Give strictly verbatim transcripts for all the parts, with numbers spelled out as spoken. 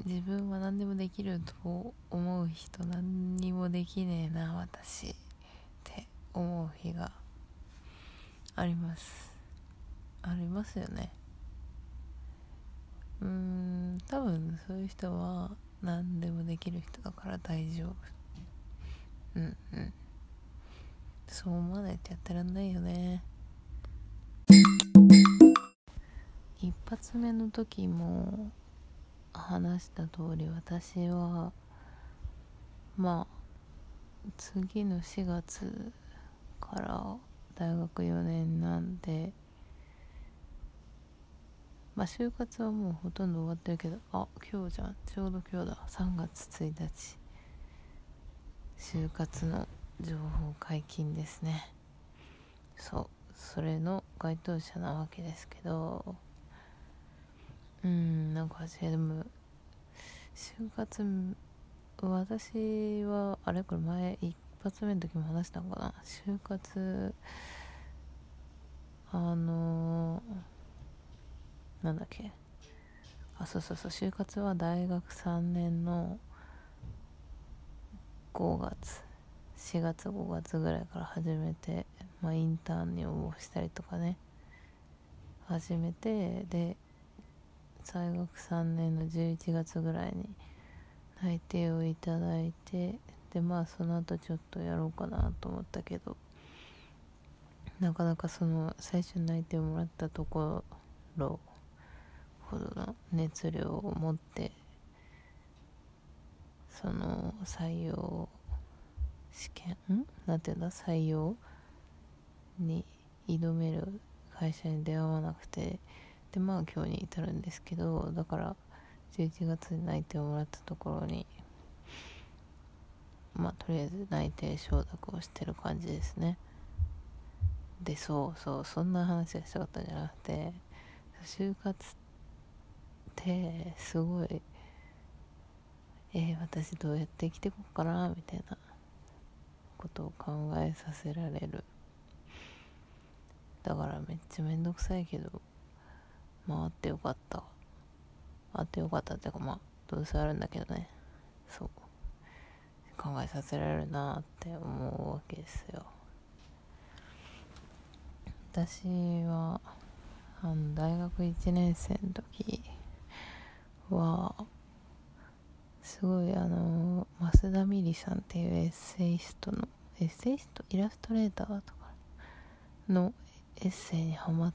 自分は何でもできると思う人、何にもできねえな私って思う日がありますありますよね。うーん多分そういう人は何でもできる人だから大丈夫。うんうんそう思わないとやってらんないよね。一発目の時も話した通り、私はまあ次のしがつから大学よねんなんで、まあ就活はもうほとんど終わってるけど、あ今日じゃん、ちょうど今日だ、さんがつついたち就活の情報解禁ですね。そうそれの該当者なわけですけど、うーんなんかでも就活、私はあれこれ前一発目の時も話したのかな、就活あのー、なんだっけあそうそうそう就活は大学さんねんのごがつしがつごがつぐらいから始めて、まあ、インターンに応募したりとかね始めて、で大学さんねんのじゅういちがつぐらいに内定をいただいて、でまあその後ちょっとやろうかなと思ったけど、なかなかその最初に内定をもらったところほどの熱量を持ってその採用試験んなんていうんだ採用に挑める会社に出会わなくて、でまあ今日に至るんですけど、だからじゅういちがつに内定をもらったところにまあとりあえず内定承諾をしてる感じですね。でそうそうそんな話がしたかったんじゃなくて、就活ってすごいえー、私どうやって生きていこうかなみたいなことを考えさせられる。だからめっちゃめんどくさいけど、まああってよかったあってよかったっていうか、まあどうせあるんだけどね、そう考えさせられるなって思うわけですよ。私はあの大学いちねん生の時はすごいあの増田美里さんっていうエッセイストのエッセイストイラストレーターとかのエッセイにハマって、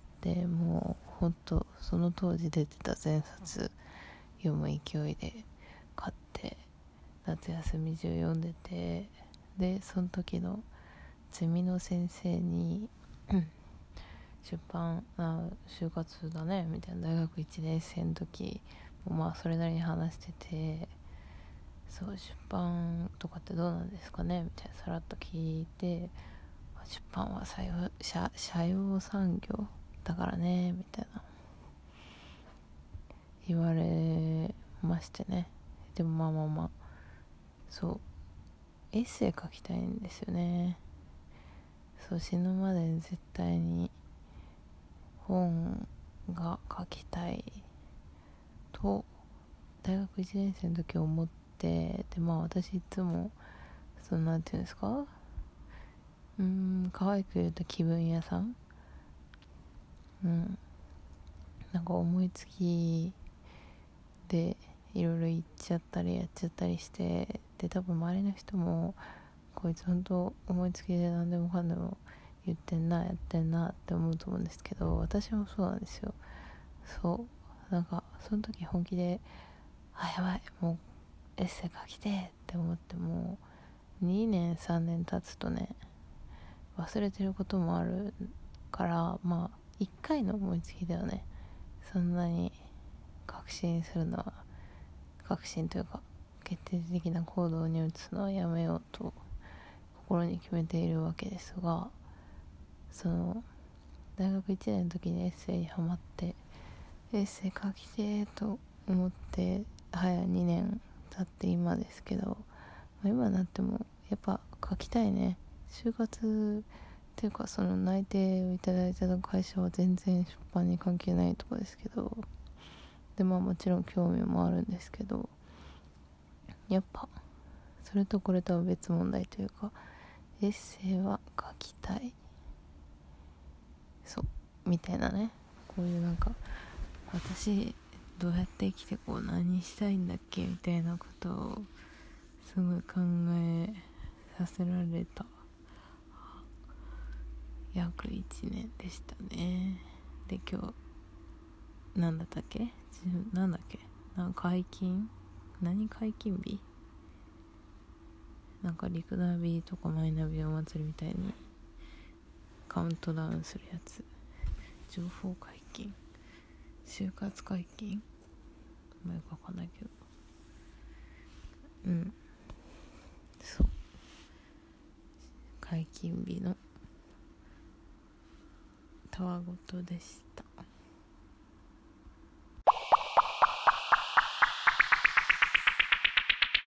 もうほんとその当時出てた全冊読む勢いで買って夏休み中読んでて、でその時のゼミの先生に出版あ就活だねみたいな、大学いちねん生の時もまあそれなりに話してて、そう出版とかってどうなんですかねみたいなさらっと聞いて、出版は社用、社、社用産業だからねみたいな言われましてね。でもまあまあまあそうエッセイ書きたいんですよね。そう死ぬまでに絶対に本が書きたいと大学いちねん生の時思って、でまあ私いつもそのなんていうんですか、うーん可愛く言うと気分屋さん、うんなんか思いつきでいろいろ言っちゃったりやっちゃったりして、で多分周りの人もこいつ本当思いつきで何でもかんでも言ってんなやってんなって思うと思うんですけど、私もそうなんですよ。そうなんかその時本気であやばいもうエッセイ書きてって思ってもにねんさんねん経つとね忘れてることもあるから、まあいっかいの思いつきではねそんなに確信するのは確信というか決定的な行動に移すのはやめようと心に決めているわけですが、その大学いちねんの時にエッセイにハマってエッセイ書きてーと思って早にねん経って今ですけど、今になってもやっぱ書きたいね。就活っていうかその内定をいただいた会社は全然出版に関係ないとこですけど、でまあもちろん興味もあるんですけど、 やっぱそれとこれとは別問題というか、エッセイは書きたい、そうみたいなね。こういうなんか私どうやって生きてこう何したいんだっけみたいなことをすごい考えさせられた約いちねんでしたね。で今日なんだったっけなんだっけなんか解禁何解禁日なんかリクナビとかマイナビお祭りみたいにカウントダウンするやつ、情報解禁就活解禁まあよくわかんないけど、うんそう解禁日のたわごとでした。